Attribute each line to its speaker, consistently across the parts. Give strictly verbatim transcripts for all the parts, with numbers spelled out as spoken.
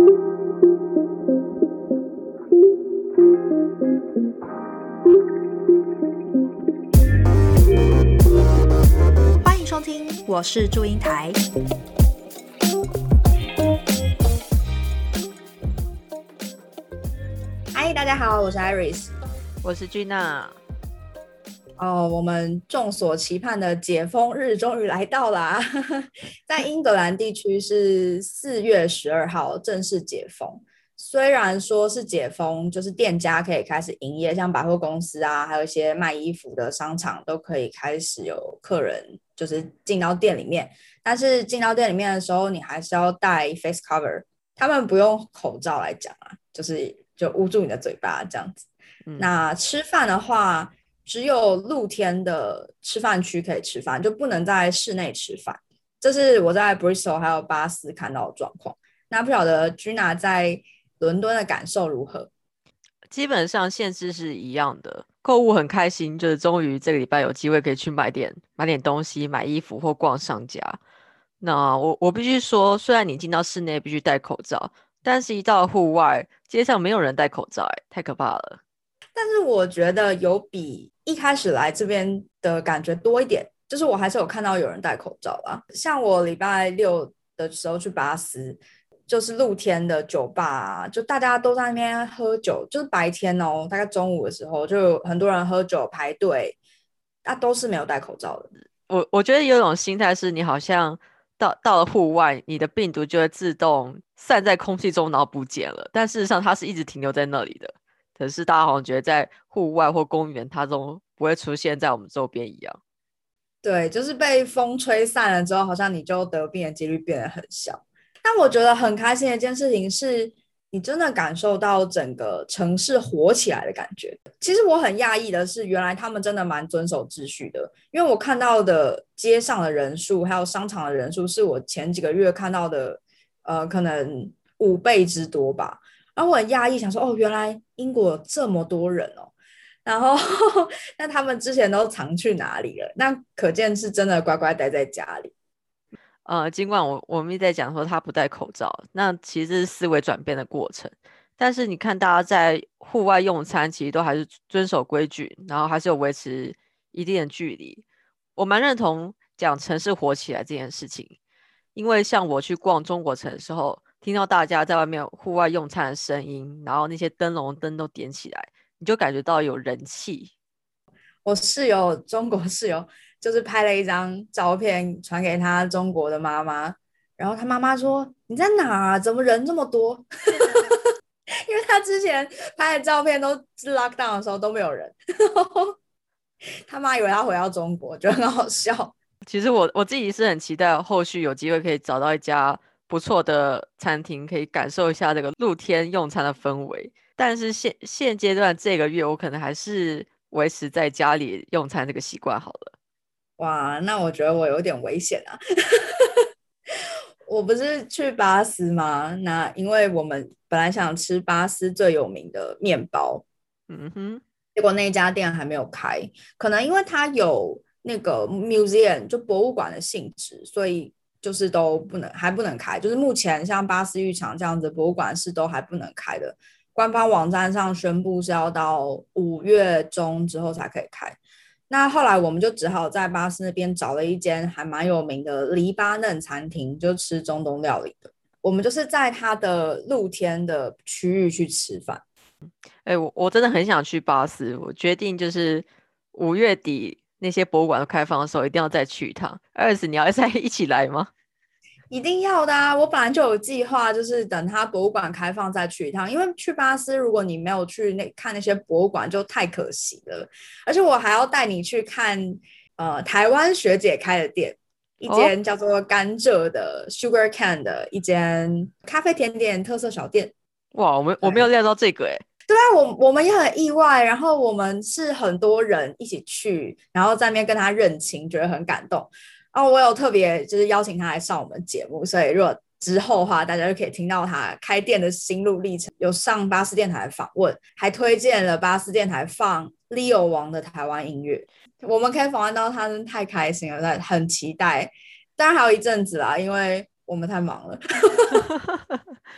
Speaker 1: 欢迎收听，我是祝英台。嗨，大家好，我是 Iris，
Speaker 2: 我是 Gina。
Speaker 1: 哦，我们众所期盼的解封日终于来到啦！在英格兰地区是四月十二号正式解封。虽然说是解封，就是店家可以开始营业，像百货公司啊，还有一些卖衣服的商场都可以开始有客人就是进到店里面，但是进到店里面的时候，你还是要戴 face cover。他们不用口罩来讲啊，就是就捂住你的嘴巴这样子。嗯、那吃饭的话，只有露天的吃饭区可以吃饭，就不能在室内吃饭。这是我在 Bristol 还有巴斯看到的状况。那不晓得 Gina 在伦敦的感受如何？
Speaker 2: 基本上限制是一样的，购物很开心，就是终于这个礼拜有机会可以去买点买点东西，买衣服或逛商家。那我我必须说，虽然你进到室内必须戴口罩，但是一到户外，街上没有人戴口罩、欸，太可怕了。
Speaker 1: 但是我觉得有比一开始来这边的感觉多一点，就是我还是有看到有人戴口罩啦。像我礼拜六的时候去巴斯，就是露天的酒吧啊，就大家都在那边喝酒，就是白天哦，大概中午的时候就有很多人喝酒排队，那、啊、都是没有戴口罩的。
Speaker 2: 我我觉得有一种心态是你好像到到了户外，你的病毒就会自动散在空气中，然后不见了，但事实上它是一直停留在那里的。可是大家好像觉得在户外或公园，它都不会出现在我们周边一样。
Speaker 1: 对，就是被风吹散了之后，好像你就得病的几率变得很小。但我觉得很开心的一件事情是，你真的感受到整个城市活起来的感觉。其实我很讶异的是，原来他们真的蛮遵守秩序的，因为我看到的街上的人数还有商场的人数是我前几个月看到的呃可能五倍之多吧。然后我很讶异，想说哦，原来英国有这么多人哦。然后那他们之前都藏去哪里了？那可见是真的乖乖待在家里。
Speaker 2: 呃，尽管我我们一直在讲说他不戴口罩，那其实是思维转变的过程。但是你看，大家在户外用餐，其实都还是遵守规矩，然后还是有维持一定的距离。我蛮认同讲城市活起来这件事情，因为像我去逛中国城的时候，听到大家在外面户外用餐的声音，然后那些灯笼灯都点起来，你就感觉到有人气。
Speaker 1: 我室友，中国室友，就是拍了一张照片传给他中国的妈妈，然后他妈妈说：“你在哪啊？怎么人这么多？”因为他之前拍的照片都是 lockdown 的时候都没有人，他妈以为他回到中国，就很好笑。
Speaker 2: 其实我我自己是很期待后续有机会可以找到一家不错的餐厅，可以感受一下这个露天用餐的氛围。但是现现阶段这个月，我可能还是维持在家里用餐这个习惯好了。
Speaker 1: 哇，那我觉得我有点危险啊。我不是去巴斯吗？那因为我们本来想吃巴斯最有名的面包，
Speaker 2: 嗯哼，
Speaker 1: 结果那家店还没有开，可能因为它有那个 museum 就博物馆的性质，所以就是都不能还不能开。就是目前像巴斯浴场这样子的博物馆是都还不能开的，官方网站上宣布是要到五月中之后才可以开。那后来我们就只好在巴斯那边找了一间还蛮有名的黎巴嫩餐厅，就吃中东料理的。我们就是在它的露天的区域去吃饭。
Speaker 2: 哎、欸，我我真的很想去巴斯，我决定就是五月底那些博物馆都开放的时候，一定要再去一趟。二十，你要再一起来吗？
Speaker 1: 一定要的啊！我本来就有计划，就是等它博物馆开放再去一趟。因为去巴斯，如果你没有去那看那些博物馆，就太可惜了。而且我还要带你去看呃台湾学姐开的店，一间叫做甘蔗的 Sugar Can 的一间咖啡甜点特色小店。
Speaker 2: 哇，我们我没有料到这个哎、欸。
Speaker 1: 对啊，我我们也很意外。然后我们是很多人一起去，然后在那边跟他认亲，觉得很感动。然后我有特别就是邀请他来上我们节目，所以如果之后的话，大家就可以听到他开店的心路历程，有上巴斯电台的访问，还推荐了巴斯电台放 Leo 王的台湾音乐。我们可以访问到他，真的太开心了，很期待。当然还有一阵子啦，因为我们太忙了。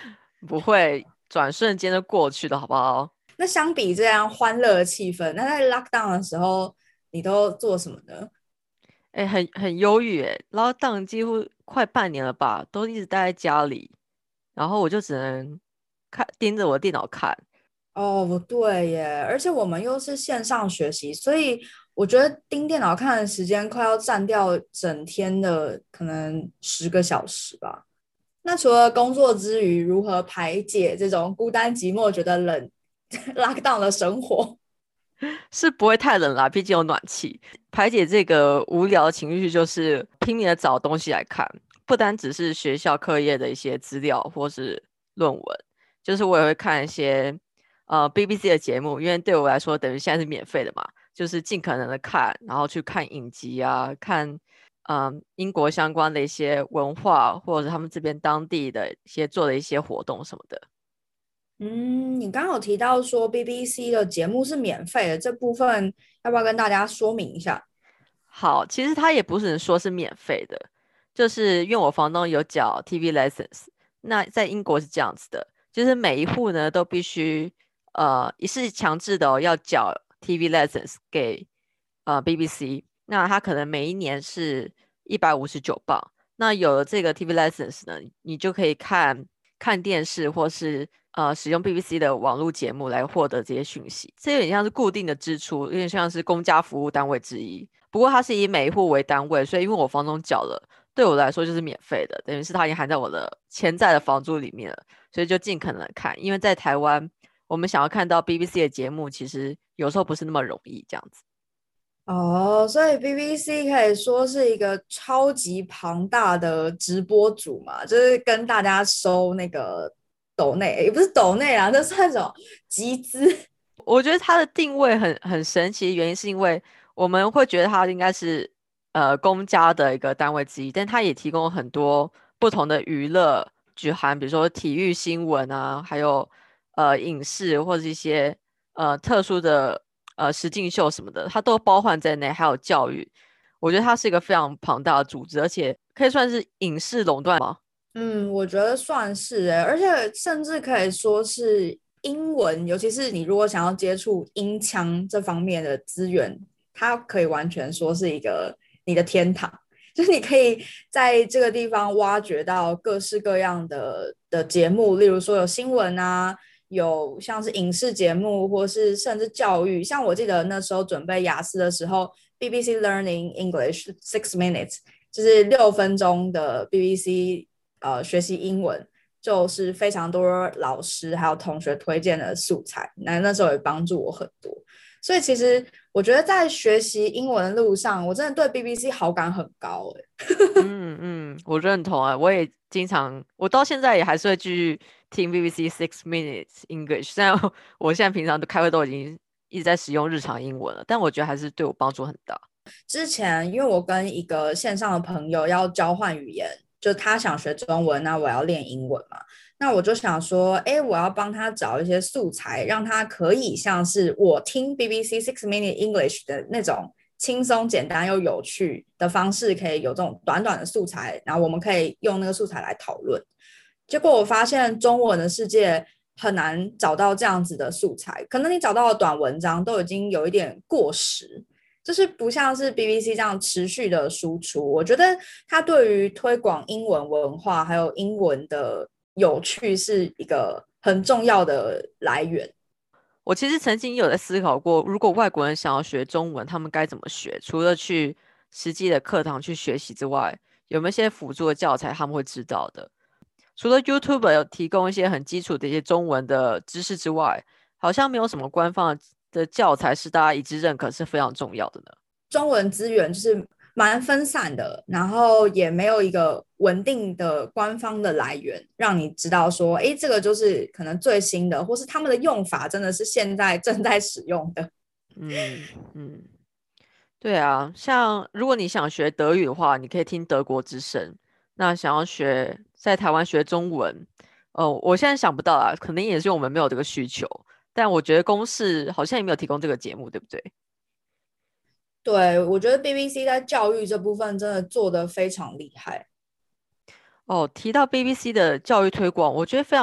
Speaker 2: 不会转瞬间就过去的好不好？
Speaker 1: 那相比这样欢乐的气氛，那在 lockdown 的时候，你都做什么呢？
Speaker 2: 哎，很很忧郁哎，然后当几乎快半年了吧，都一直待在家里，然后我就只能看盯着我的电脑看。
Speaker 1: 哦，对耶，而且我们又是线上学习，所以我觉得盯电脑看的时间快要占掉整天的可能十个小时吧。那除了工作之余，如何排解这种孤单寂寞、觉得冷、lockdown 的生活？
Speaker 2: 是不会太冷啦，毕竟有暖气。排解这个无聊的情绪，就是拼命的找东西来看，不单只是学校课业的一些资料或是论文，就是我也会看一些呃 B B C 的节目，因为对我来说等于现在是免费的嘛，就是尽可能的看，然后去看影集啊，看嗯、呃英国相关的一些文化，或者他们这边当地的一些做的一些活动什么的。
Speaker 1: 嗯，你刚刚有提到说 B B C 的节目是免费的，这部分要不要跟大家说明一下？
Speaker 2: 好，其实它也不是说是免费的，就是因为我房东有缴 T V license，那在英国是这样子的，就是每一户呢都必须呃也是强制的哦，要缴 T V license 给呃 B B C，那它可能每一年是一百五十九磅，那有了这个 T V license 呢，你就可以看看电视或是呃使用 B B C 的网络节目来获得这些讯息，这有点像是固定的支出，有点像是公家服务单位之一。不过它是以每一户为单位，所以因为我房东缴了，对我来说就是免费的，等于是它已经含在我的潜在的房租里面了，所以就尽可能地看。因为在台湾，我们想要看到 B B C 的节目，其实有时候不是那么容易这样子。
Speaker 1: 哦，所以 B B C 可以说是一个超级庞大的直播主嘛，就是跟大家收那个抖内，也不是抖内啊，这算什么集资？
Speaker 2: 我觉得它的定位很很神奇，原因是因为我们会觉得它应该是呃公家的一个单位之一，但它也提供很多不同的娱乐，举含比如说体育新闻啊，还有呃影视或者一些呃特殊的呃实境秀什么的，它都包含在内，还有教育。我觉得它是一个非常庞大的组织，而且可以算是影视垄断吗？
Speaker 1: 嗯，我觉得算是诶，而且甚至可以说是英文，尤其是你如果想要接触音腔这方面的资源，它可以完全说是一个你的天堂，就是你可以在这个地方挖掘到各式各样的的节目，例如说有新闻啊，有像是影视节目，或是甚至教育。像我记得那时候准备雅思的时候，B B C Learning English Six Minutes。就是六分钟的 B B C 呃学习英文，就是非常多老师还有同学推荐的素材，那那时候也帮助我很多。所以其实我觉得在学习英文的路上，我真的对 B B C 好感很高哎、欸。
Speaker 2: 嗯嗯，我认同啊，我也经常，我到现在也还是会继续听 B B C Six Minutes English，虽然我现在平常的开会都已经一直在使用日常英文了，但我觉得还是对我帮助很大。
Speaker 1: 之前因为我跟一个线上的朋友要交换语言，就他想学中文，那我要练英文嘛，那我就想说，哎，我要帮他找一些素材，让他可以像是我听 B B C Six Minute English 的那种轻松、简单又有趣的方式，可以有这种短短的素材，然后我们可以用那个素材来讨论。结果我发现中文的世界很难找到这样子的素材，可能你找到的短文章都已经有一点过时，就是不像是 B B C 这样持续的输出。我觉得它对于推广英文文化还有英文的有趣是一个很重要的来源。
Speaker 2: 我其实曾经有在思考过，如果外国人想要学中文，他们该怎么学？除了去实际的课堂去学习之外，有没有一些辅助的教材他们会知道的？除了 YouTube 有提供一些很基础的一些中文的知识之外，好像没有什么官方的教材是大家一致认可是非常重要的呢。
Speaker 1: 中文资源就是蛮分散的，然后也没有一个稳定的官方的来源，让你知道说，哎，这个就是可能最新的，或是他们的用法真的是现在正在使用的。
Speaker 2: 嗯嗯，对啊，像如果你想学德语的话，你可以听德国之声。那想要学在台湾学中文，哦，我现在想不到啊，可能也是我们没有这个需求。但我觉得公视好像也没有提供这个节目，对不对？
Speaker 1: 对，我觉得 B B C 在教育这部分真的做得非常厉害。
Speaker 2: 哦，提到 B B C 的教育推广，我觉得非常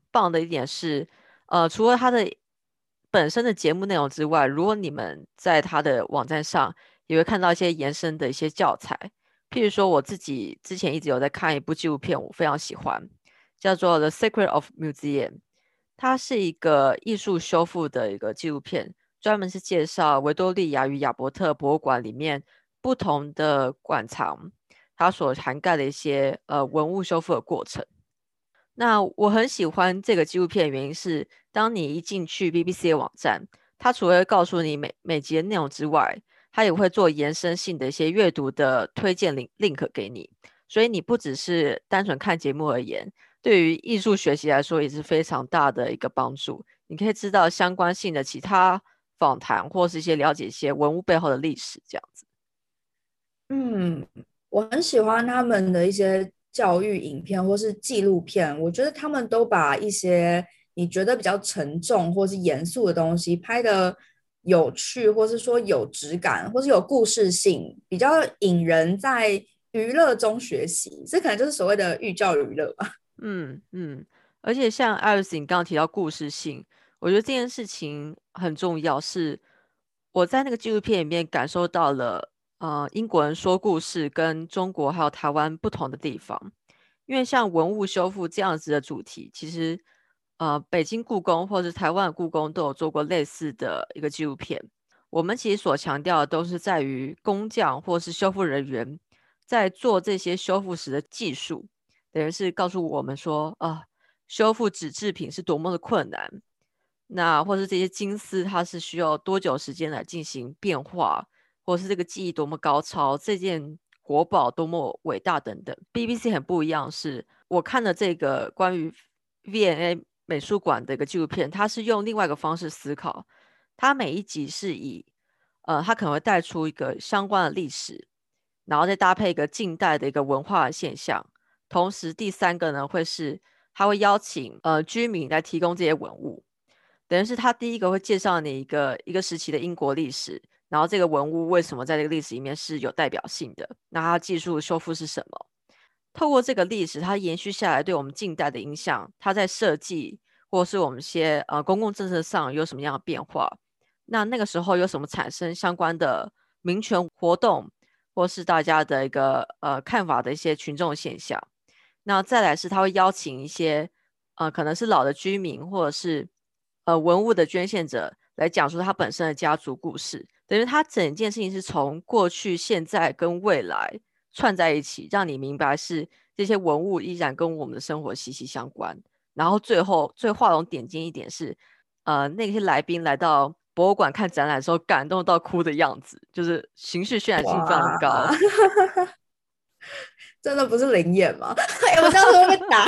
Speaker 2: 棒的一点是，呃，除了它的本身的节目内容之外，如果你们在它的网站上也会看到一些延伸的一些教材，譬如说我自己之前一直有在看一部纪录片，我非常喜欢，叫做《The Secret of Museum》，它是一个艺术修复的一个纪录片，专门是介绍维多利亚与亚伯特博物馆里面不同的馆藏，它所涵盖的一些呃文物修复的过程。那我很喜欢这个纪录片的原因是，当你一进去 B B C 的网站，它除了会告诉你每每集的内容之外，它也会做延伸性的一些阅读的推荐 link link 给你，所以你不只是单纯看节目而言，对于艺术学习来说也是非常大的一个帮助。你可以知道相关性的其他访谈，或是一些了解一些文物背后的历史，这样子。
Speaker 1: 嗯，我很喜欢他们的一些教育影片或是纪录片，我觉得他们都把一些你觉得比较沉重或是严肃的东西拍的有趣，或是说有质感，或是有故事性，比较引人在娱乐中学习，这可能就是所谓的寓教于乐吧。
Speaker 2: 嗯嗯，而且像艾瑞斯，你刚刚提到故事性，我觉得这件事情很重要。是我在那个纪录片里面感受到了，呃，英国人说故事跟中国还有台湾不同的地方。因为像文物修复这样子的主题，其实呃，北京故宫或是台湾的故宫都有做过类似的一个纪录片。我们其实所强调的都是在于工匠或是修复人员在做这些修复时的技术。等于是告诉我们说，啊，修复纸制品是多么的困难，那或是这些金丝它是需要多久时间来进行变化，或是这个技艺多么高超，这件国宝多么伟大等等。B B C 很不一样是，我看了这个关于 V N A 美术馆的一个纪录片，它是用另外一个方式思考，它每一集是以呃，它可能会带出一个相关的历史，然后再搭配一个近代的一个文化现象。同时，第三个呢，会是他会邀请呃居民来提供这些文物，等于是他第一个会介绍你一个一个时期的英国历史，然后这个文物为什么在这个历史里面是有代表性的，那它技术修复是什么？透过这个历史，它延续下来对我们近代的影响，它在设计或是我们一些呃公共政策上有什么样的变化？那那个时候有什么产生相关的民权活动，或是大家的一个呃看法的一些群众现象？那再来是他会邀请一些呃可能是老的居民或者是呃文物的捐献者来讲述他本身的家族故事，等于他整件事情是从过去、现在跟未来串在一起，让你明白是这些文物依然跟我们的生活息息相关。然后最后最画龙点睛一点是，呃那些来宾来到博物馆看展览的时候感动到哭的样子，就是情绪渲染性非常的高。
Speaker 1: 哇，真的不是灵眼吗？哎，我这样子会被打。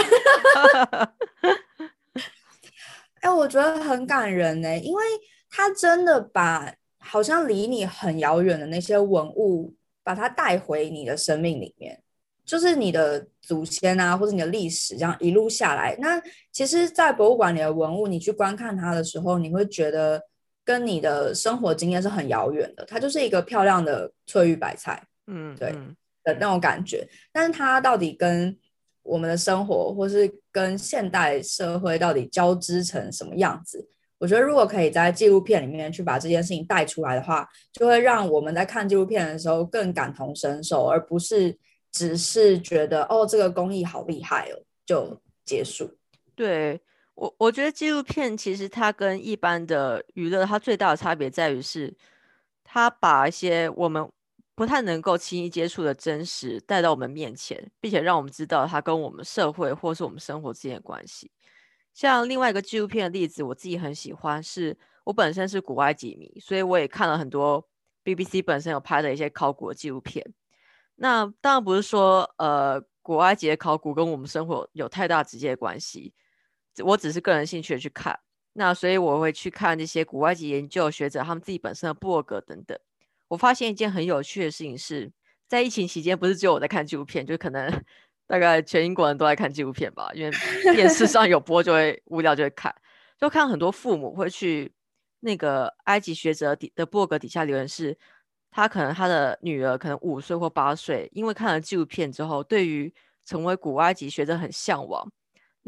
Speaker 1: 哎，我觉得很感人呢，因为他真的把好像离你很遥远的那些文物，把它带回你的生命里面，就是你的祖先啊，或者你的历史，这样一路下来。那其实，在博物馆里的文物，你去观看它的时候，你会觉得跟你的生活经验是很遥远的，它就是一个漂亮的翠玉白菜，对
Speaker 2: 嗯嗯。
Speaker 1: 的那种感觉。但是它到底跟我们的生活，或是跟现代社会到底交织成什么样子？我觉得如果可以在纪录片里面去把这件事情带出来的话，就会让我们在看纪录片的时候更感同身受，而不是只是觉得哦这个工艺好厉害哦就结束。
Speaker 2: 对，我我觉得纪录片其实它跟一般的娱乐，它最大的差别在于是，它把一些我们不太能够轻易接触的真实带到我们面前，并且让我们知道它跟我们社会或是我们生活之间的关系。像另外一个纪录片的例子，我自己很喜欢，是我本身是古埃及迷，所以我也看了很多 B B C 本身有拍的一些考古的纪录片。那当然不是说呃古埃及的考古跟我们生活有太大直接的关系，我只是个人兴趣的去看。那所以我会去看这些古埃及研究学者他们自己本身的部落格等等。我发现一件很有趣的事情是，在疫情期间，不是只有我在看纪录片，就可能大概全英国人都在看纪录片吧，因为电视上有播就会无聊就会看，就看很多父母会去那个埃及学者底的部落格底下留言是，他可能他的女儿可能五岁或八岁，因为看了纪录片之后，对于成为古埃及学者很向往。那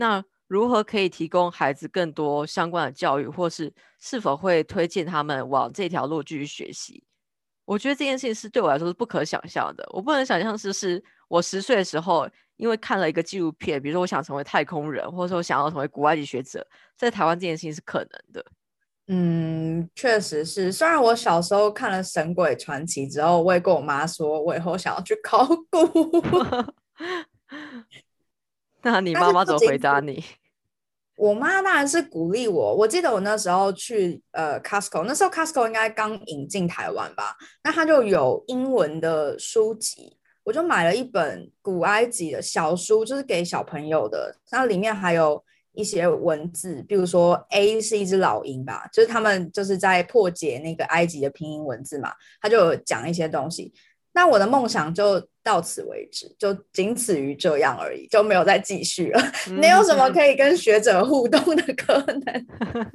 Speaker 2: 如何可以提供孩子更多相关的教育，或是是否会推荐他们往这条路继续学习。我觉得这件事情是对我来说是不可想象的。我不能想象是是我十岁的时候，因为看了一个纪录片，比如说我想成为太空人，或者说我想要成为古埃及学者，在台湾这件事情是可能的。
Speaker 1: 嗯，确实是。虽然我小时候看了《神鬼传奇》之后，我也跟我妈说，我以后想要去考古。
Speaker 2: 那你
Speaker 1: 但是
Speaker 2: 妈妈怎么
Speaker 1: 不仅此
Speaker 2: 回答你？
Speaker 1: 我妈当然是鼓励我。我记得我那时候去呃 Costco，那时候 Costco 应该刚引进台湾吧，那它就有英文的书籍，我就买了一本古埃及的小书，就是给小朋友的。那里面还有一些文字，比如说 A 是一只老鹰吧，就是他们就是在破解那个埃及的拼音文字嘛，他就有讲一些东西。那我的梦想就到此为止，就仅此于这样而已，就没有再继续了。没有什么可以跟学者互动的可能。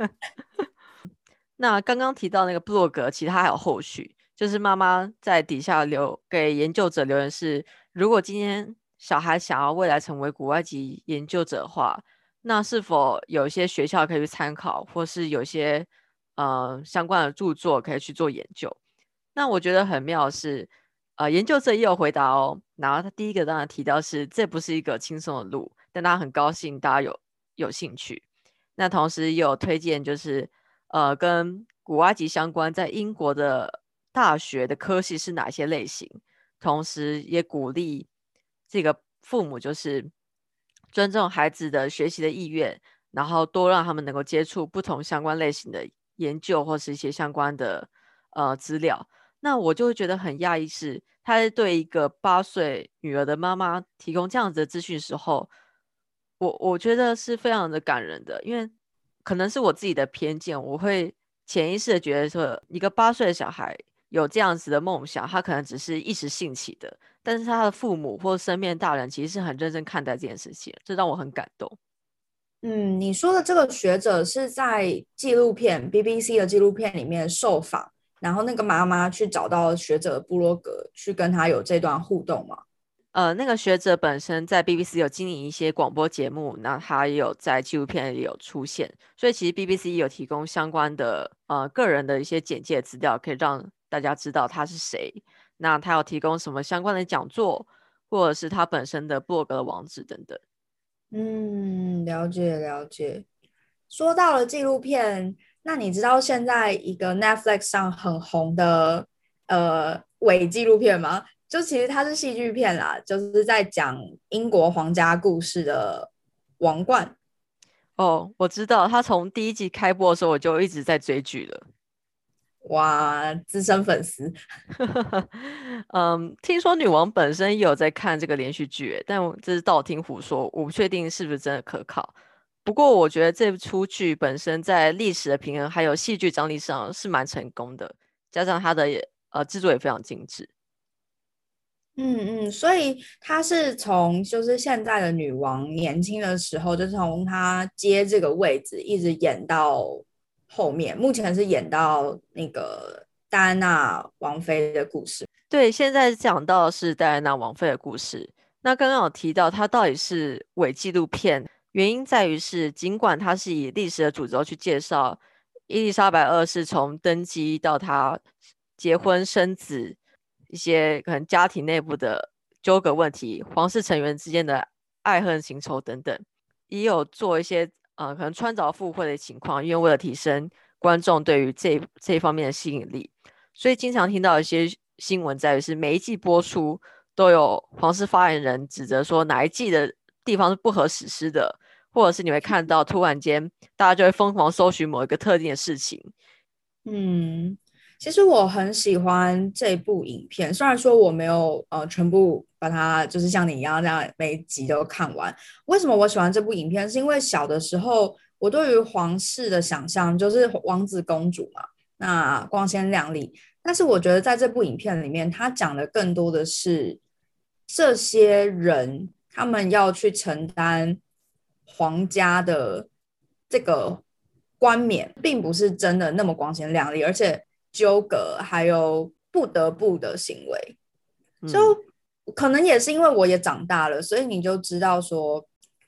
Speaker 2: 那刚刚提到那个部落格，其实它还有后续，就是妈妈在底下留给研究者留言是：如果今天小孩想要未来成为古埃及研究者的话，那是否有一些学校可以去参考，或是有些呃相关的著作可以去做研究？那我觉得很妙的是，呃，研究者也有回答哦。然后他第一个当然提到是这不是一个轻松的路，但他很高兴大家有有兴趣。那同时也有推荐，就是呃跟古埃及相关，在英国的大学的科系是哪些类型，同时也鼓励这个父母就是尊重孩子的学习的意愿，然后多让他们能够接触不同相关类型的研究或是一些相关的呃资料。那我就会觉得很讶异是，他在对一个八岁女儿的妈妈提供这样子的资讯时候，我我觉得是非常的感人的。因为可能是我自己的偏见，我会潜意识的觉得说，一个八岁的小孩有这样子的梦想，他可能只是一时兴起的，但是他的父母或身边的大人其实是很认真看待这件事情，这让我很感动。
Speaker 1: 嗯，你说的这个学者是在纪录片 B B C 的纪录片里面受访，然后那个妈妈去找到学者的部落格，去跟他有这段互动吗？
Speaker 2: 呃，那个学者本身在 B B C 有经营一些广播节目，那他也有在纪录片里有出现，所以其实 B B C 有提供相关的呃个人的一些简介资料，可以让大家知道他是谁。那他有提供什么相关的讲座，或者是他本身的博客的网址等等。
Speaker 1: 嗯，了解了解。说到了纪录片，那你知道现在一个 Netflix 上很红的呃伪纪录片吗？就其实它是戏剧片啦，就是在讲英国皇家故事的王冠。
Speaker 2: 哦，我知道，他从第一集开播的时候我就一直在追剧了。
Speaker 1: 哇，资深粉丝。
Speaker 2: 嗯，听说女王本身也有在看这个连续剧，但我这是道听途说，我不确定是不是真的可靠。不过我觉得这出剧本身在历史的平衡还有戏剧张力上是蛮成功的，加上它的也呃制作也非常精致。
Speaker 1: 嗯嗯，所以她是从就是现在的女王年轻的时候，就从她接这个位置一直演到后面，目前是演到那个戴安娜王妃的故事。
Speaker 2: 对，现在讲到的是戴安娜王妃的故事。那刚刚有提到它到底是伪纪录片，原因在于是，尽管它是以历史的主轴去介绍伊丽莎白二世从登基到她结婚生子，一些可能家庭内部的纠葛问题，皇室成员之间的爱恨情仇等等，也有做一些呃可能穿凿附会的情况，因为为了提升观众对于这这一方面的吸引力。所以经常听到一些新闻在于是每一季播出都有皇室发言人指责说哪一季的地方是不合史诗的，或者是你会看到突然间大家就会疯狂搜寻某一个特定的事情。
Speaker 1: 嗯，其实我很喜欢这部影片，虽然说我没有呃全部把它就是像你一样这样每一集都看完。为什么我喜欢这部影片？是因为小的时候我对于皇室的想象就是王子公主嘛，那光鲜亮丽。但是我觉得在这部影片里面，他讲的更多的是这些人他们要去承担皇家的这个冠冕，并不是真的那么光鲜亮丽，而且纠葛还有不得不的行为。就
Speaker 2: 嗯，
Speaker 1: 可能也是因为我也长大了，所以你就知道说，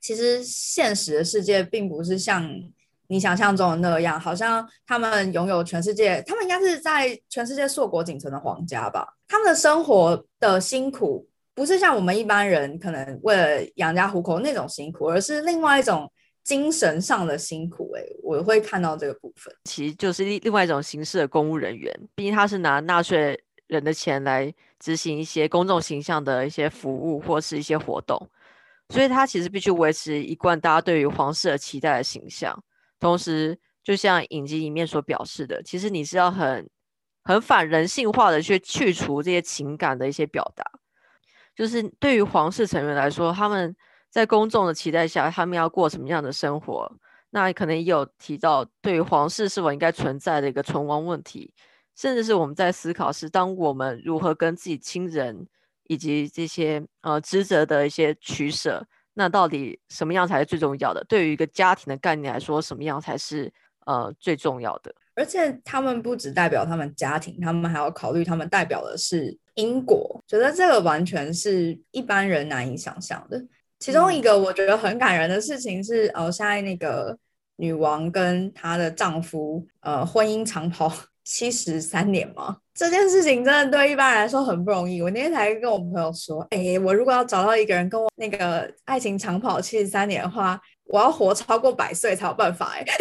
Speaker 1: 其实现实的世界并不是像你想象中的那样，好像他们拥有全世界，他们应该是在全世界硕果仅存的皇家吧。他们的生活的辛苦不是像我们一般人可能为了养家糊口那种辛苦，而是另外一种精神上的辛苦、欸、我会看到这个部分。
Speaker 2: 其实就是另外一种形式的公务人员，毕竟他是拿纳税人的钱来执行一些公众形象的一些服务或是一些活动，所以他其实必须维持一贯大家对于皇室的期待的形象。同时就像影集里面所表示的，其实你是要很很反人性化的去去除这些情感的一些表达。就是对于皇室成员来说，他们在公众的期待下，他们要过什么样的生活，那可能也有提到对于皇室是否应该存在的一个存亡问题，甚至是我们在思考是当我们如何跟自己亲人以及这些呃职责的一些取舍，那到底什么样才是最重要的？对于一个家庭的概念来说，什么样才是呃最重要的？
Speaker 1: 而且他们不只代表他们家庭，他们还要考虑他们代表的是英国，觉得这个完全是一般人难以想象的。其中一个我觉得很感人的事情是，呃，现在那个女王跟她的丈夫，呃，婚姻长跑七十三年嘛，这件事情真的对一般人来说很不容易。我那天才跟我朋友说，哎、欸，我如果要找到一个人跟我那个爱情长跑七十三年的话，我要活超过百岁才有办法、欸。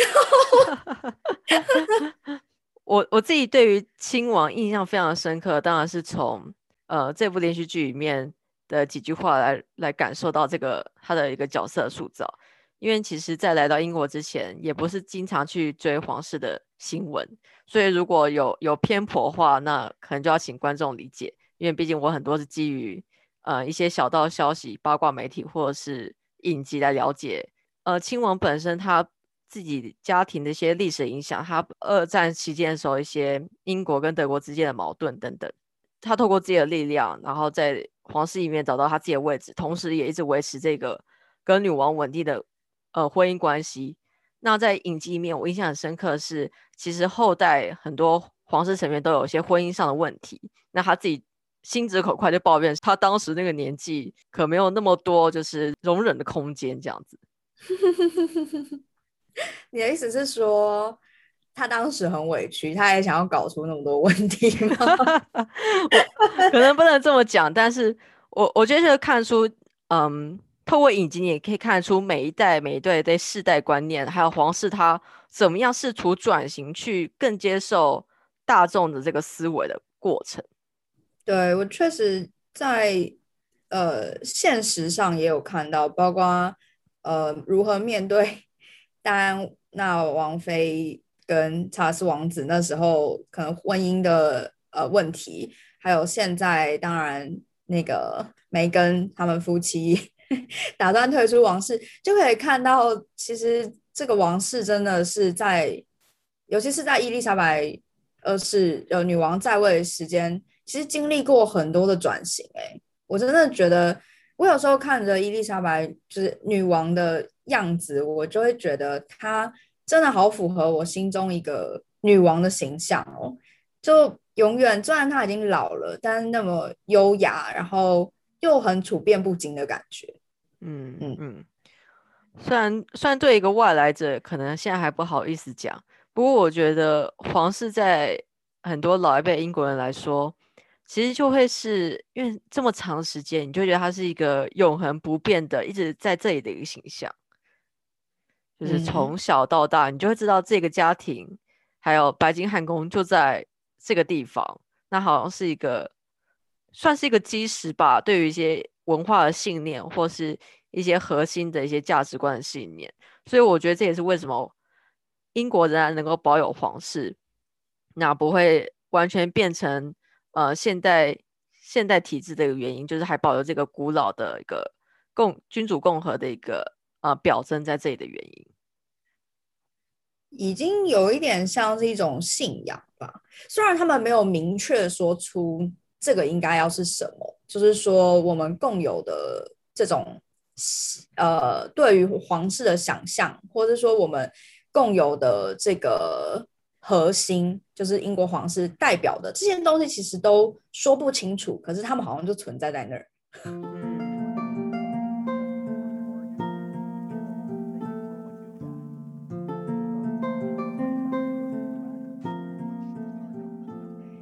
Speaker 2: 我我自己对于亲王印象非常深刻，当然是从呃这部连续剧里面的几句话来来感受到这个他的一个角色塑造。因为其实在来到英国之前，也不是经常去追皇室的新闻，所以如果有有偏颇的话，那可能就要请观众理解，因为毕竟我很多是基于呃一些小道消息、八卦媒体或者是影集来了解。呃，亲王本身他自己家庭的一些历史影响，他二战期间的时候一些英国跟德国之间的矛盾等等，他透过自己的力量，然后在皇室里面找到他自己的位置，同时也一直维持这个跟女王稳定的呃婚姻关系。那在影集里面，我印象很深刻的是，其实后代很多皇室成员都有一些婚姻上的问题，那他自己心直口快就抱怨，他当时那个年纪可没有那么多就是容忍的空间这样子。
Speaker 1: 你的意思是说，他当时很委屈，他也想要搞出那么多问题吗？
Speaker 2: 我可能不能这么讲，但是我我觉得看出，嗯，透过影集你也可以看出每一代每一代的世代观念，还有皇室他怎么样试图转型，去更接受大众的这个思维的过程。
Speaker 1: 对，我确实在呃现实上也有看到，包括呃如何面对戴安娜王妃跟查尔斯王子那时候可能婚姻的呃问题，还有现在当然那个梅根他们夫妻打算退出王室，就可以看到其实这个王室真的是在，尤其是在伊丽莎白二世呃女王在位的时间。其实经历过很多的转型、欸，我真的觉得，我有时候看着伊丽莎白就是女王的样子，我就会觉得她真的好符合我心中一个女王的形象哦。就永远，虽然她已经老了，但是那么优雅，然后又很处变不惊的感觉。
Speaker 2: 嗯嗯嗯，虽然虽然对一个外来者可能现在还不好意思讲，不过我觉得皇室在很多老一辈英国人来说，其实就会是因为这么长时间，你就觉得他是一个永恒不变的，一直在这里的一个形象。就是
Speaker 1: 嗯，
Speaker 2: 从小到大，你就会知道这个家庭还有白金汉宫就在这个地方，那好像是一个算是一个基石吧，对于一些文化的信念或是一些核心的一些价值观的信念。所以我觉得这也是为什么英国仍然能够保有皇室，那不会完全变成呃现代现代体制的一个原因，就是还保留这个古老的一个共君主共和的一个呃表征在这里的原因。
Speaker 1: 已经有一点像是一种信仰吧。虽然他们没有明确说出这个应该要是什么，就是说我们共有的这种呃对于皇室的想象，或者说我们共有的这个核心，就是英国皇室代表的这些东西，其实都说不清楚，可是他们好像就存在在那儿。
Speaker 2: 嗯。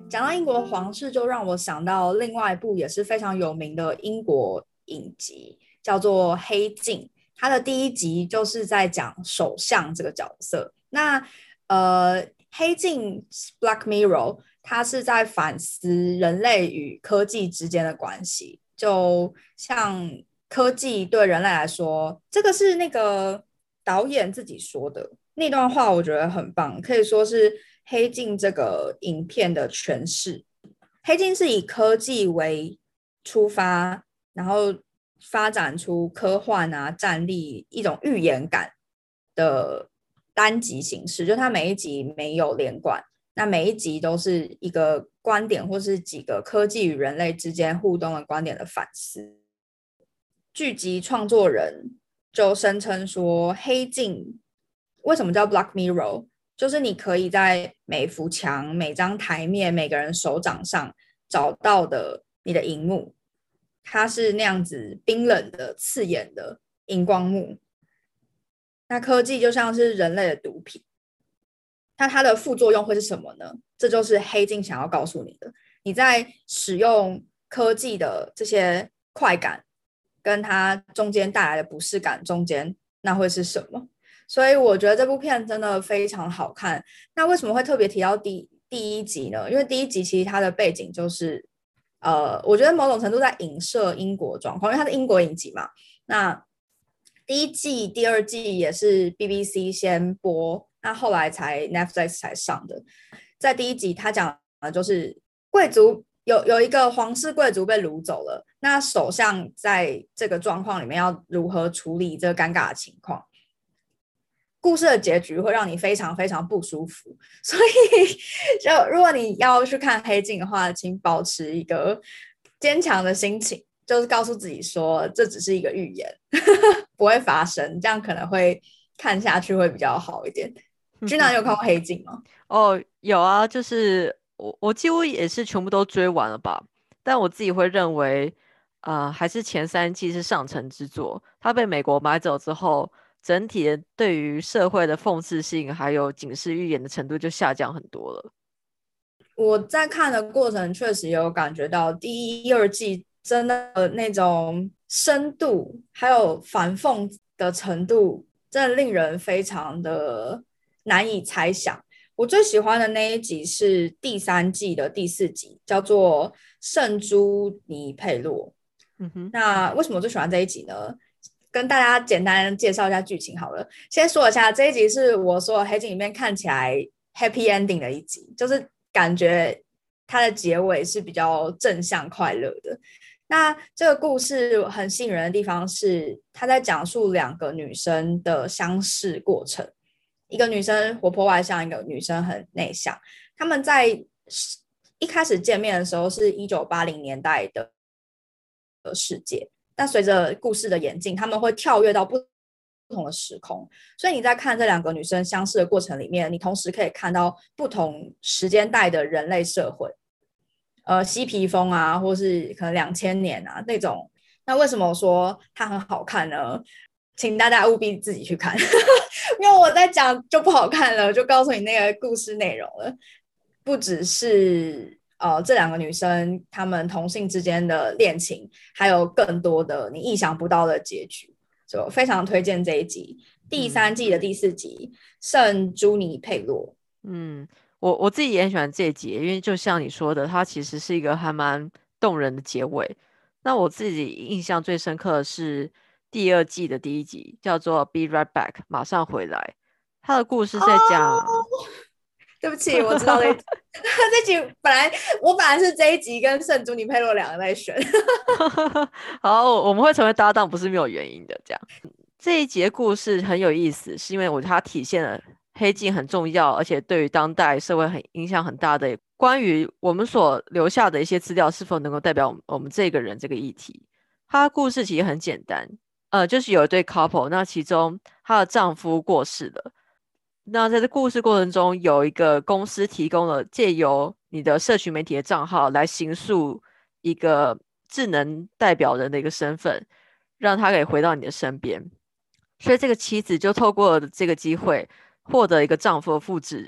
Speaker 1: 讲到英国皇室，就让我想到另外一部也是非常有名的英国影集，叫做《黑镜》。它的第一集就是在讲首相这个角色。那呃，《黑镜》（Black Mirror） 它是在反思人类与科技之间的关系。就像科技对人类来说，这个是那个导演自己说的那段话，我觉得很棒，可以说是黑镜这个影片的诠释。黑镜是以科技为出发，然后发展出科幻啊、战力一种预言感的单集形式，就它每一集没有连贯，那每一集都是一个观点或是几个科技与人类之间互动的观点的反思。剧集创作人就声称说，黑镜为什么叫 Black Mirror， 就是你可以在每幅墙、每张台面、每个人手掌上找到的你的荧幕，它是那样子冰冷的、刺眼的荧光幕。那科技就像是人类的毒品，那它的副作用会是什么呢？这就是黑镜想要告诉你的。你在使用科技的这些快感跟它中间带来的不适感中间，那会是什么？所以我觉得这部片真的非常好看。那为什么会特别提到第第一集呢？因为第一集其实它的背景就是，呃，我觉得某种程度在影射英国状况，因为它是英国影集嘛。那第一季、第二季也是 B B C 先播，那后来才 Netflix 才上的。在第一集，他讲的就是贵族有有一个皇室贵族被掳走了，那首相在这个状况里面要如何处理这个尴尬的情况？故事的结局会让你非常非常不舒服，所以就如果你要去看黑镜的话，请保持一个坚强的心情，就是告诉自己说这只是一个预言不会发生，这样可能会看下去会比较好一点。君娜，你有看过黑镜吗？
Speaker 2: 哦，有啊，就是我我几乎也是全部都追完了吧，但我自己会认为呃，还是前三季是上乘之作，它被美国买走之后，整体的对于社会的讽刺性还有警示预言的程度就下降很多了。
Speaker 1: 我在看的过程确实有感觉到第一、二季真的那种深度还有反讽的程度，真的令人非常的难以猜想。我最喜欢的那一集是第三季的第四集，叫做《圣朱尼佩洛》。
Speaker 2: 嗯哼，
Speaker 1: 那为什么我最喜欢这一集呢？跟大家简单介绍一下剧情好了。先说一下，这一集是我所有黑镜里面看起来 happy ending 的一集，就是感觉它的结尾是比较正向快乐的。那这个故事很吸引人的地方是，他在讲述两个女生的相识过程。一个女生活泼外向，一个女生很内向。他们在一开始见面的时候是一九八零年代的世界，但随着故事的演进，他们会跳跃到不同的时空。所以你在看这两个女生相识的过程里面，你同时可以看到不同时间代的人类社会，呃，嬉皮风啊，或是可能两千年啊那种。那为什么说它很好看呢？请大家务必自己去看因为我在讲就不好看了，就告诉你那个故事内容了。不只是呃这两个女生她们同性之间的恋情，还有更多的你意想不到的结局，就非常推荐这一集，第三季的第四集《圣朱尼佩洛》。
Speaker 2: 嗯，我我自己也很喜欢这一集，因为就像你说的，它其实是一个还蛮动人的结尾。那我自己印象最深刻的是第二季的第一集，叫做 Be Right Back， 马上回来。他的故事在讲，
Speaker 1: 哦，对不起，我知道这一集这集本来我本来是这一集跟圣朱尼佩洛两个在选
Speaker 2: 好，我们会成为搭档，不是没有原因的。这样，这一集的故事很有意思，是因为我觉得它体现了黑镜很重要，而且对于当代社会很影响很大的关于我们所留下的一些资料是否能够代表我们我们这个人这个议题。它的故事其实很简单，呃，就是有一对 couple， 那其中她的丈夫过世了。那在这故事过程中，有一个公司提供了借由你的社群媒体的账号来形塑一个智能代表人的一个身份，让他可以回到你的身边。所以这个妻子就透过这个机会获得一个丈夫的复制人。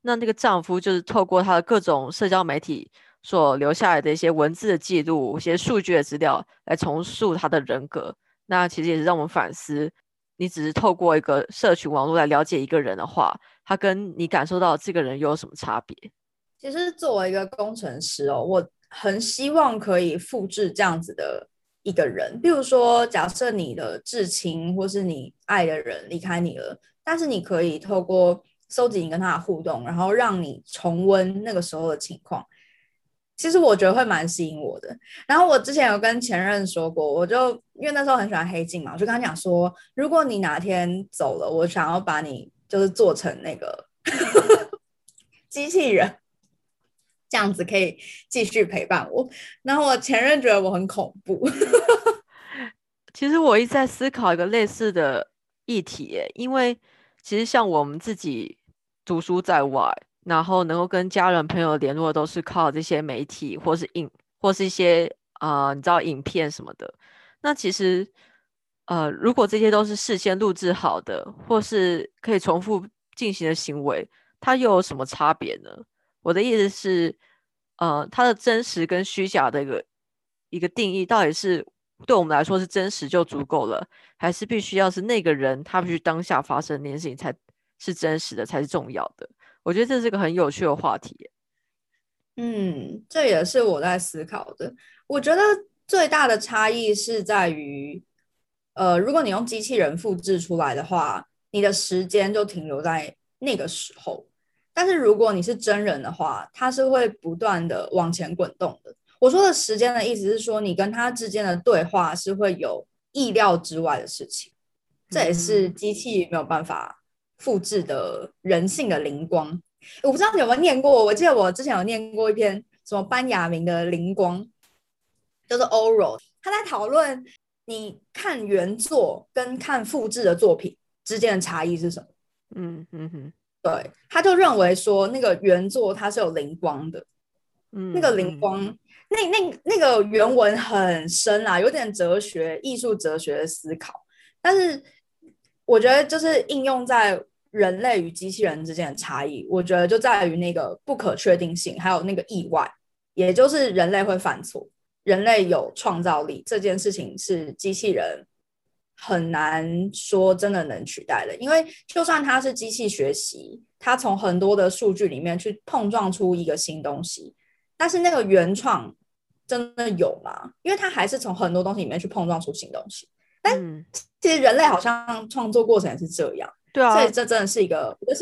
Speaker 2: 那那个丈夫就是透过他的各种社交媒体所留下来的一些文字的记录、一些数据的资料来重塑他的人格。那其实也是让我们反思，你只是透过一个社群网络来了解一个人的话，他跟你感受到这个人又有什么差别？
Speaker 1: 其实作为一个工程师哦，我很希望可以复制这样子的一个人。比如说，假设你的至亲或是你爱的人离开你了，但是你可以透过收集你跟他的互动，然后让你重温那个时候的情况。其实我觉得会蛮吸引我的。然后我之前有跟前任说过，我就因为那时候很喜欢黑镜嘛，我就跟他讲说，如果你哪天走了，我想要把你就是做成那个机器人，这样子可以继续陪伴我。然后我前任觉得我很恐怖。
Speaker 2: 其实我一直在思考一个类似的议题耶，因为其实像我们自己读书在外，然后能够跟家人朋友联络，都是靠这些媒体或是影或是一些呃你知道影片什么的。那其实呃如果这些都是事先录制好的，或是可以重复进行的行为，它又有什么差别呢？我的意思是，呃，它的真实跟虚假的一个一个定义，到底是对我们来说是真实就足够了，还是必须要是那个人他必须当下发生那件事情才是真实的，才是重要的？我觉得这是个很有趣的话题耶。
Speaker 1: 嗯，这也是我在思考的。我觉得最大的差异是在于，呃，如果你用机器人复制出来的话，你的时间就停留在那个时候。但是如果你是真人的话，它是会不断的往前滚动的。我说的时间的意思是说，你跟他之间的对话是会有意料之外的事情，这也是
Speaker 2: 嗯，
Speaker 1: 机器没有办法复制的人性的灵光。我不知道你有没有念过，我记得我之前有念过一篇什么班雅明的灵光，就是 oral， 他在讨论你看原作跟看复制的作品之间的差异是什么。
Speaker 2: 嗯嗯哼，
Speaker 1: 对，他就认为说那个原作它是有灵光的，那个灵
Speaker 2: 嗯嗯
Speaker 1: 光，那那那个原文很深啦，有点哲学、艺术哲学的思考。但是我觉得就是应用在人类与机器人之间的差异，我觉得就在于那个不可确定性，还有那个意外，也就是人类会犯错，人类有创造力这件事情是机器人很难说真的能取代的。因为就算它是机器学习，它从很多的数据里面去碰撞出一个新东西，但是那个原创真的有吗？因为它还是从很多东西里面去碰撞出新东西。但
Speaker 2: 嗯，
Speaker 1: 其实人类好像创作过程也是这样，
Speaker 2: 对啊。
Speaker 1: 所以这真的是一个，就是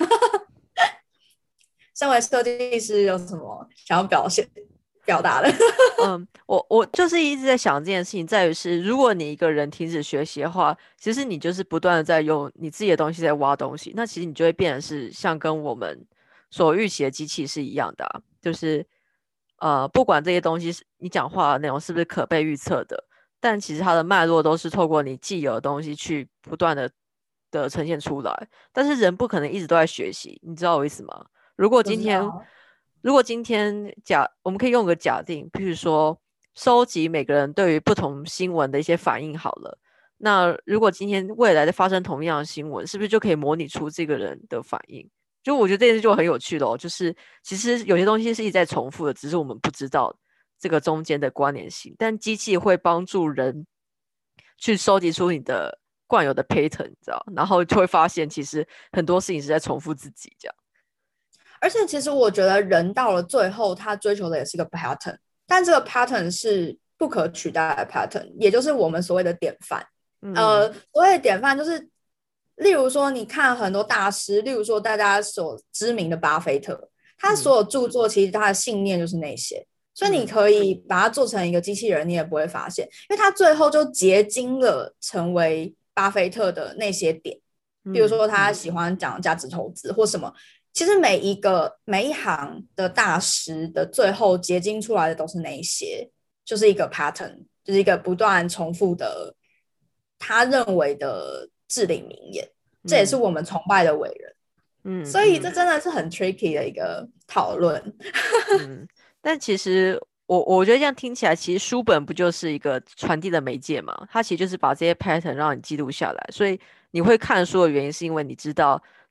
Speaker 1: 身为设计师有什么想要表现表达的？
Speaker 2: 嗯，我我就是一直在想这件事情，在于是，如果你一个人停止学习的话，其实你就是不断的在用你自己的东西在挖东西，那其实你就会变成是像跟我们所预期的机器是一样的啊，就是呃，不管这些东西是你讲话的内容是不是可被预测的，但其实它的脉络都是透过你既有的东西去不断的的呈现出来，但是人不可能一直都在学习，你知道我意思吗？如果
Speaker 1: 不
Speaker 2: 今天，
Speaker 1: 知道。
Speaker 2: 如果今天假，我们可以用个假定，譬如说收集每个人对于不同新闻的一些反应好了。那如果今天未来的发生同样的新闻，是不是就可以模拟出这个人的反应？就我觉得这件事就很有趣了哦，就是其实有些东西是一直在重复的，只是我们不知道这个中间的关联性。但机器会帮助人去收集出你的惯有的 pattern，你知道，然后就会发现其实很多事情是在重复自己这样。
Speaker 1: 而且其实我觉得人到了最后，他追求的也是一个 pattern，但这个 pattern 是不可取代的 pattern，也就是我们所谓的典范。
Speaker 2: 嗯
Speaker 1: 呃，所谓的典范就是，例如说你看很多大师，例如说大家所知名的巴菲特，他
Speaker 2: 嗯
Speaker 1: 所有著作其实他的信念就是那些。所以你
Speaker 2: 嗯
Speaker 1: 可以把它做成一个机器人，你也不会发现，因为他最后就结晶了成为巴菲特的那些点。比如说他
Speaker 2: 嗯嗯
Speaker 1: 喜欢讲价值投资或什么，其实每一个每一行的大师的最后结晶出来的都是那一些，就是一个 pattern， 就是一个不断重复的他认为的至理名言，这也是
Speaker 2: 嗯
Speaker 1: 我们崇拜的伟人。所以这
Speaker 2: 嗯嗯
Speaker 1: 真的是很 tricky 的一个讨论。
Speaker 2: 嗯，但其实我我觉得这样听起来，其实书本不就是一个传递的媒介嘛？它其实就是把这些 pattern 让你记录下来，所以你会看书的原因，是因为你知道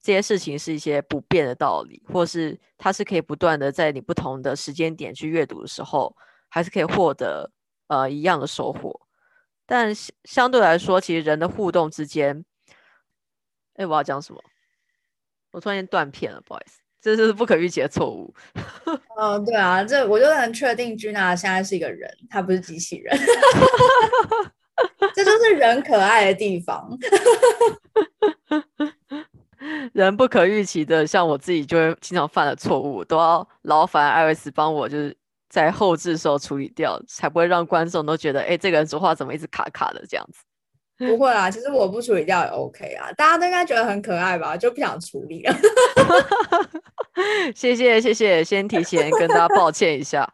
Speaker 2: 这些事情是一些不变的道理，或是它是可以不断的在你不同的时间点去阅读的时候，还是可以获得呃一样的收获。但相对来说，其实人的互动之间，哎，我要讲什么？我突然间断片了，不好意思，这就是不可预期的错误。
Speaker 1: 嗯，对啊，这我就能确定君娜现在是一个人，她不是机器人。这就是人可爱的地方。
Speaker 2: 人不可预期的，像我自己就会经常犯的错误，都要劳烦艾瑞斯帮我，就是在后置的时候处理掉，才不会让观众都觉得，哎，这个人说话怎么一直卡卡的这样子。
Speaker 1: 不会啦，其实我不处理掉也 OK 啊，大家都应该觉得很可爱吧，就不想处理了。
Speaker 2: 谢谢谢谢，先提前跟大家抱歉一下。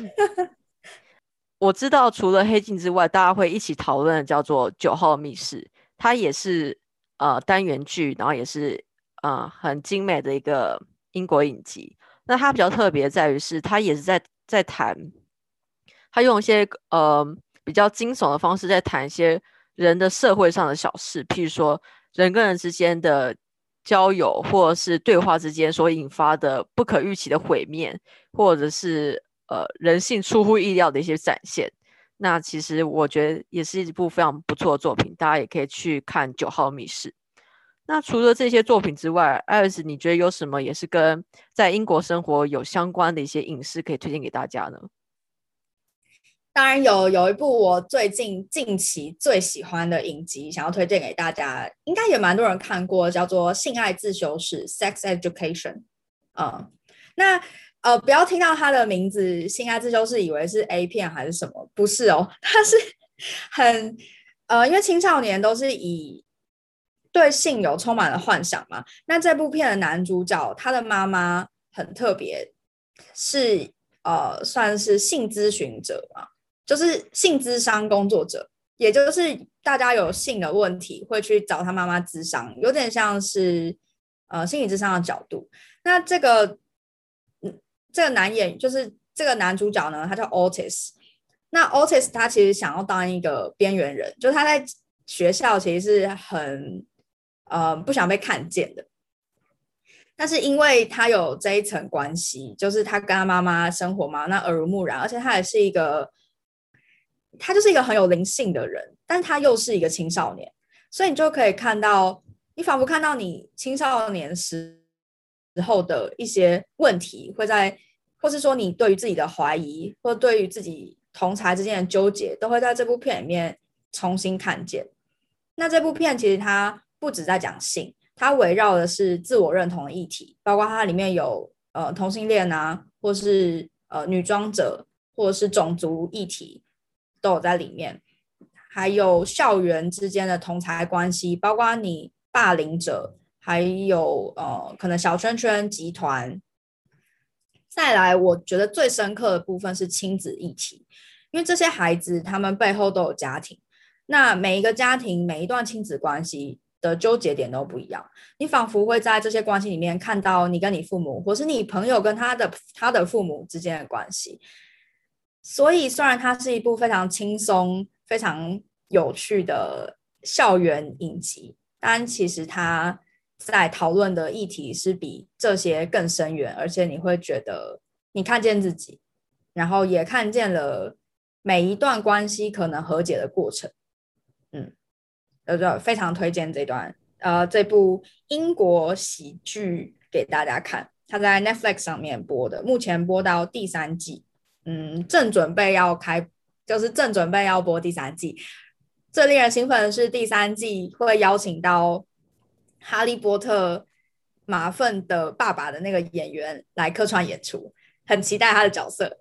Speaker 2: 我知道除了黑镜之外，大家会一起讨论的叫做九号密室，它也是呃单元剧，然后也是呃很精美的一个英国影集。那它比较特别在于是，它也是在在谈，它用一些呃比较惊悚的方式在谈一些人的社会上的小事，譬如说人跟人之间的交友，或者是对话之间所引发的不可预期的毁灭，或者是呃人性出乎意料的一些展现。那其实我觉得也是一部非常不错的作品，大家也可以去看《九号密室》。那除了这些作品之外，艾瑞斯，你觉得有什么也是跟在英国生活有相关的一些影视可以推荐给大家呢？
Speaker 1: 当然有有一部我最近近期最喜欢的影集，想要推荐给大家，应该也蛮多人看过，叫做《性爱自修室》（Sex Education）。嗯，那呃，不要听到它的名字《性爱自修室》以为是 A 片还是什么，不是哦，它是很呃，因为青少年都是以对性有充满了幻想嘛。那这部片的男主角，他的妈妈很特别，是呃，算是性咨询者嘛。就是性咨商工作者，也就是大家有性的问题会去找他妈妈咨商，有点像是呃心理咨商的角度。那这个、嗯、这个男演就是这个男主角呢，他叫 Otis。那 Otis 他其实想要当一个边缘人，就是他在学校其实是很呃不想被看见的。但是因为他有这一层关系，就是他跟他妈妈生活嘛，那耳濡目染，而且他也是一个他就是一个很有灵性的人，但他又是一个青少年，所以你就可以看到，你仿佛看到你青少年时候的一些问题，会在，或是说你对于自己的怀疑，或对于自己同才之间的纠结，都会在这部片里面重新看见。那这部片其实它不只在讲性，它围绕的是自我认同的议题，包括它里面有呃同性恋啊，或是呃女装者，或者是种族议题。都有在里面，还有校园之间的同侪关系，包括你霸凌者，还有呃可能小圈圈集团。再来，我觉得最深刻的部分是亲子议题，因为这些孩子他们背后都有家庭，那每一个家庭每一段亲子关系的纠结点都不一样，你仿佛会在这些关系里面看到你跟你父母，或是你朋友跟他的他的父母之间的关系。所以虽然它是一部非常轻松、非常有趣的校园影集，但其实它在讨论的议题是比这些更深远，而且你会觉得你看见自己，然后也看见了每一段关系可能和解的过程。嗯，呃，非常推荐这段呃这部英国喜剧给大家看，它在 Netflix 上面播的，目前播到第三季。嗯，正准备要开，就是正准备要播第三季。最令人兴奋的是，第三季会邀请到哈利波特马粪的爸爸的那个演员来客串演出，很期待他的角色。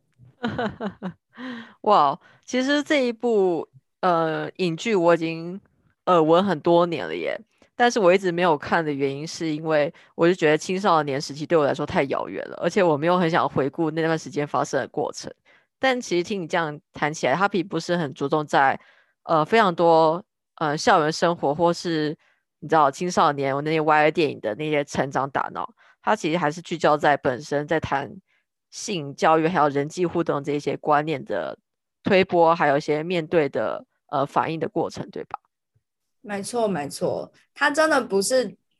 Speaker 2: 哇，其实这一部呃影剧我已经耳闻很多年了耶，但是我一直没有看的原因是因为我就觉得青少年时期对我来说太遥远了，而且我没有很想回顾那段时间发生的过程。但其实听你这样谈起来，他并不是很着重在呃非常多呃校园生活或是你知道青少年那些 Y A 电影的那些成长打闹，他其实还是聚焦在本身在谈性教育还有人际互动这些观念的推波，还有一些面对的呃反应的过程，对吧？
Speaker 1: 没错，没错，他真的不是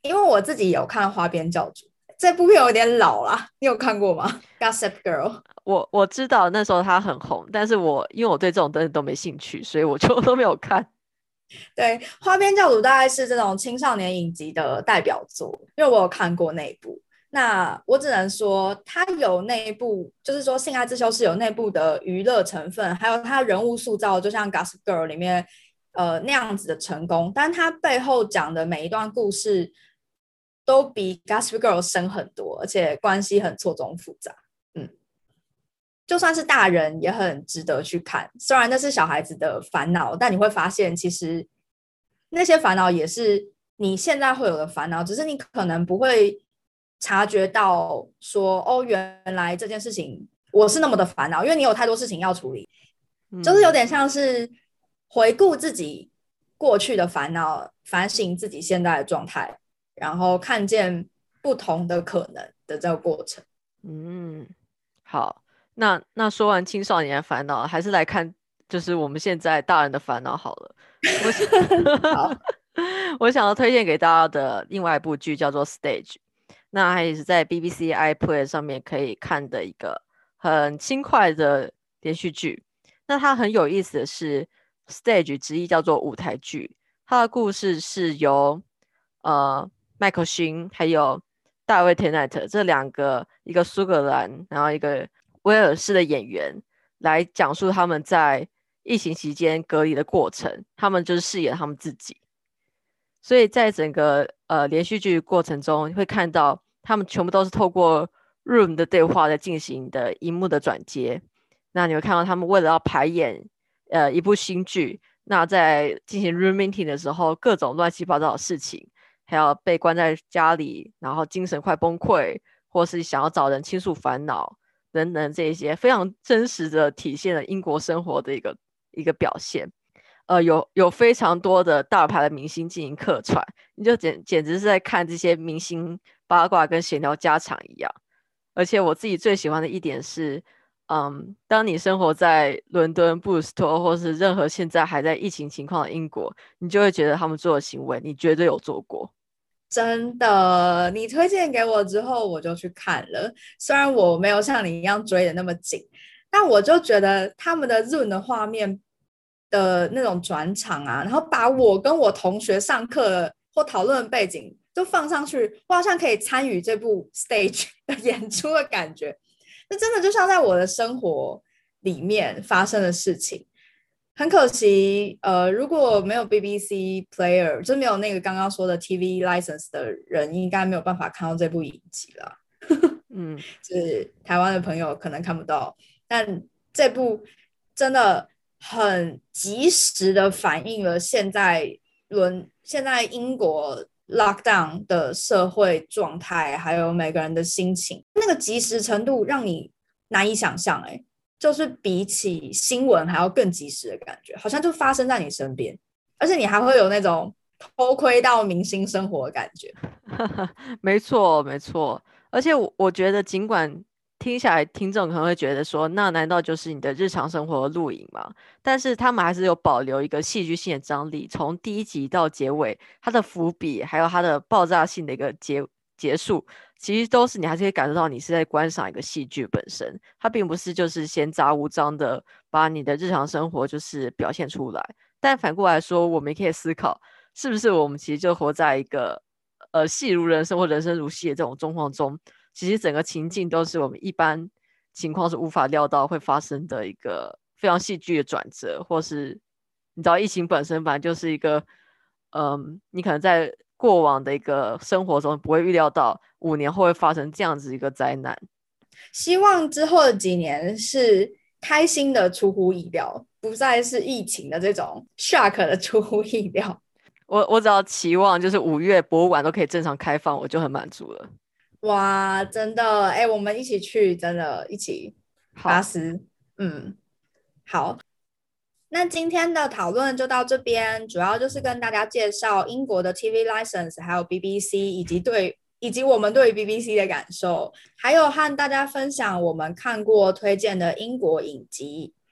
Speaker 1: 因为我自己有看《花边教主》，这部片有点老啦，你有看过吗？Gossip Girl。
Speaker 2: 我我知道那时候他很红，但是我因为我对这种东西都没兴趣，所以我就都没有看。
Speaker 1: 对，《花边教主》大概是这种青少年影集的代表作，因为我有看过那一部。那我只能说，它有内部，就是说《性爱自修室》有内部的娱乐成分，还有它人物塑造，就像《Gossip Girl》里面呃那样子的成功，但它背后讲的每一段故事都比《Gossip Girl》深很多，而且关系很错综复杂。嗯，就算是大人也很值得去看。虽然那是小孩子的烦恼，但你会发现，其实那些烦恼也是你现在会有的烦恼，只是你可能不会察觉到说，哦，原来这件事情我是那么的烦恼，因为你有太多事情要处理，
Speaker 2: 嗯、
Speaker 1: 就是有点像是回顾自己过去的烦恼，反省自己现在的状态，然后看见不同的可能的这个过程。
Speaker 2: 嗯，好，那那说完青少年的烦恼，还是来看就是我们现在大人的烦恼好了。我想
Speaker 1: 好，
Speaker 2: 我想要推荐给大家的另外一部剧叫做《Stage》，那它也是在 B B C iPlayer 上面可以看的一个很轻快的连续剧。那它很有意思的是，Stage 直译叫做舞台剧，它的故事是由呃麦克逊还有大卫·特奈特这两个，一个苏格兰，然后一个威尔士的演员来讲述他们在疫情期间隔离的过程，他们就是饰演他们自己。所以在整个呃连续剧过程中，会看到他们全部都是透过 Room 的对话在进行的荧幕的转接。那你会看到他们为了要排演呃一部新剧，那在进行 Room meeting 的时候，各种乱七八糟的事情，还有被关在家里，然后精神快崩溃，或是想要找人倾诉烦恼等等这一些非常真实的体现了英国生活的一个一个表现。呃，有有非常多的大牌的明星进行客串，你就简简直是在看这些明星八卦跟闲聊家常一样。而且我自己最喜欢的一点是，嗯，当你生活在伦敦、布鲁斯托，或是任何现在还在疫情情况的英国，你就会觉得他们做的行为，你绝对有做过。
Speaker 1: 真的，你推荐给我之后，我就去看了。虽然我没有像你一样追的那么紧，但我就觉得他们的 Zoom 的画面的那种转场啊，然后把我跟我同学上课或讨论的背景都放上去，我好像可以参与这部 stage 的演出的感觉。那真的就像在我的生活里面发生的事情。很可惜，呃，如果没有 B B C Player，就没有那个刚刚说的 T V license 的人，应该没有办法看到这部影集了。
Speaker 2: 嗯，
Speaker 1: 就是台湾的朋友可能看不到，但这部真的很及时的反映了现在伦现在英国 lockdown 的社会状态，还有每个人的心情，那个及时程度让你难以想象、欸，就是比起新闻还要更及时的感觉，好像就发生在你身边，而且你还会有那种偷窥到明星生活的感觉。
Speaker 2: 没错，没错。而且我我觉得，尽管听下来，听众可能会觉得说，那难道就是你的日常生活的录影吗？但是他们还是有保留一个戏剧性的张力，从第一集到结尾，它的伏笔还有它的爆炸性的一个结结束，其实都是你还是可以感受到你是在观赏一个戏剧本身，它并不是就是闲杂无章的把你的日常生活就是表现出来。但反过来说，我们也可以思考，是不是我们其实就活在一个呃戏如人生或人生如戏的这种状况中，其实整个情境都是我们一般情况是无法料到会发生的一个非常戏剧的转折，或是你知道疫情本身本来就是一个，嗯，你可能在过往的一个生活中不会预料到五年后会发生这样子一个灾难。
Speaker 1: 希望之后的几年是开心的出乎意料，不再是疫情的这种 shock 的出乎意料。
Speaker 2: 我我只要期望就是五月博物馆都可以正常开放，我就很满足了。
Speaker 1: 哇，真的，哎、欸，我们一起去，真的，一起巴
Speaker 2: 好，
Speaker 1: 斯。嗯，好，那今天的讨论就到这边，主要就是跟大家介绍英国的 T V license，还有 B B C，以及对以及我们对于 B B C 的感受，还有和大家分享我们看过推荐的英国影集。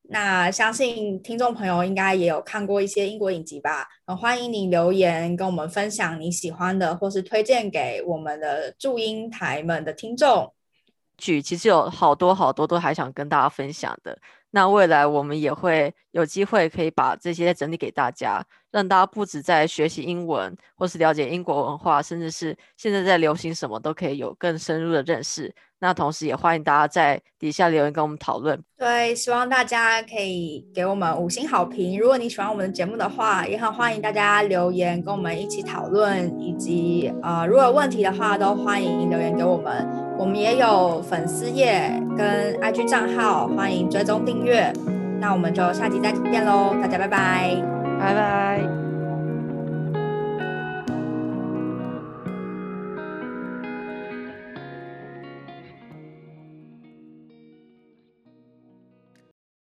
Speaker 1: 那相信听众朋友应该也有看过一些英国影集吧，很欢迎你留言跟我们分享你喜欢的，或是推荐给我们的驻英台们的听众。
Speaker 2: 剧其实有好多好多都还想跟大家分享的，那未来我们也会有机会可以把这些整理给大家，让大家不止在学习英文，或是了解英国文化，甚至是现在在流行什么都可以有更深入的认识。那同时也欢迎大家在底下留言跟我们讨论。
Speaker 1: 对，希望大家可以给我们五星好评。如果你喜欢我们的节目的话，也很欢迎大家留言跟我们一起讨论，以及呃，如果有问题的话，都欢迎留言给我们。我们也有粉丝页跟 I G 账号，欢迎追踪订阅。那我们就下集再见喽，大家拜拜，
Speaker 2: 拜拜。